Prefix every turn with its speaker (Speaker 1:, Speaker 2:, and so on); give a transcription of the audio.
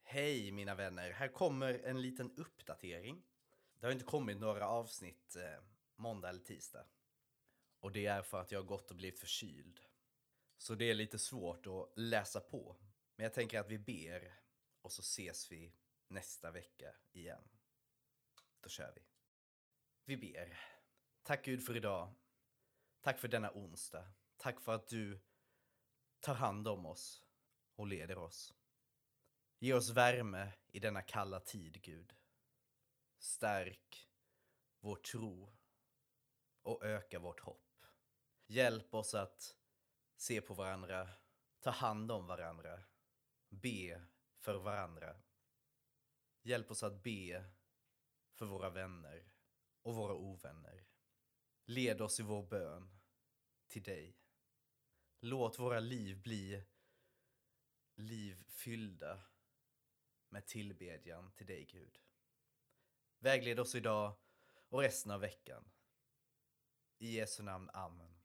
Speaker 1: Hej mina vänner, här kommer en liten uppdatering. Det har inte kommit några avsnitt måndag eller tisdag. Och det är för att jag har gått och blivit förkyld. Så det är lite svårt att läsa på. Men jag tänker att vi ber och så ses vi nästa vecka igen. Då kör vi. Vi ber. Tack Gud för idag. Tack för denna onsdag. Tack för att du tar hand om oss och leder oss. Ge oss värme i denna kalla tid, Gud. Stärk vår tro och öka vårt hopp. Hjälp oss att se på varandra, ta hand om varandra, be för varandra. Hjälp oss att be för våra vänner och våra ovänner. Led oss i vår bön till dig. Låt våra liv bli liv fyllda med tillbedjan till dig, Gud. Vägled oss idag och resten av veckan. I Jesu namn, amen.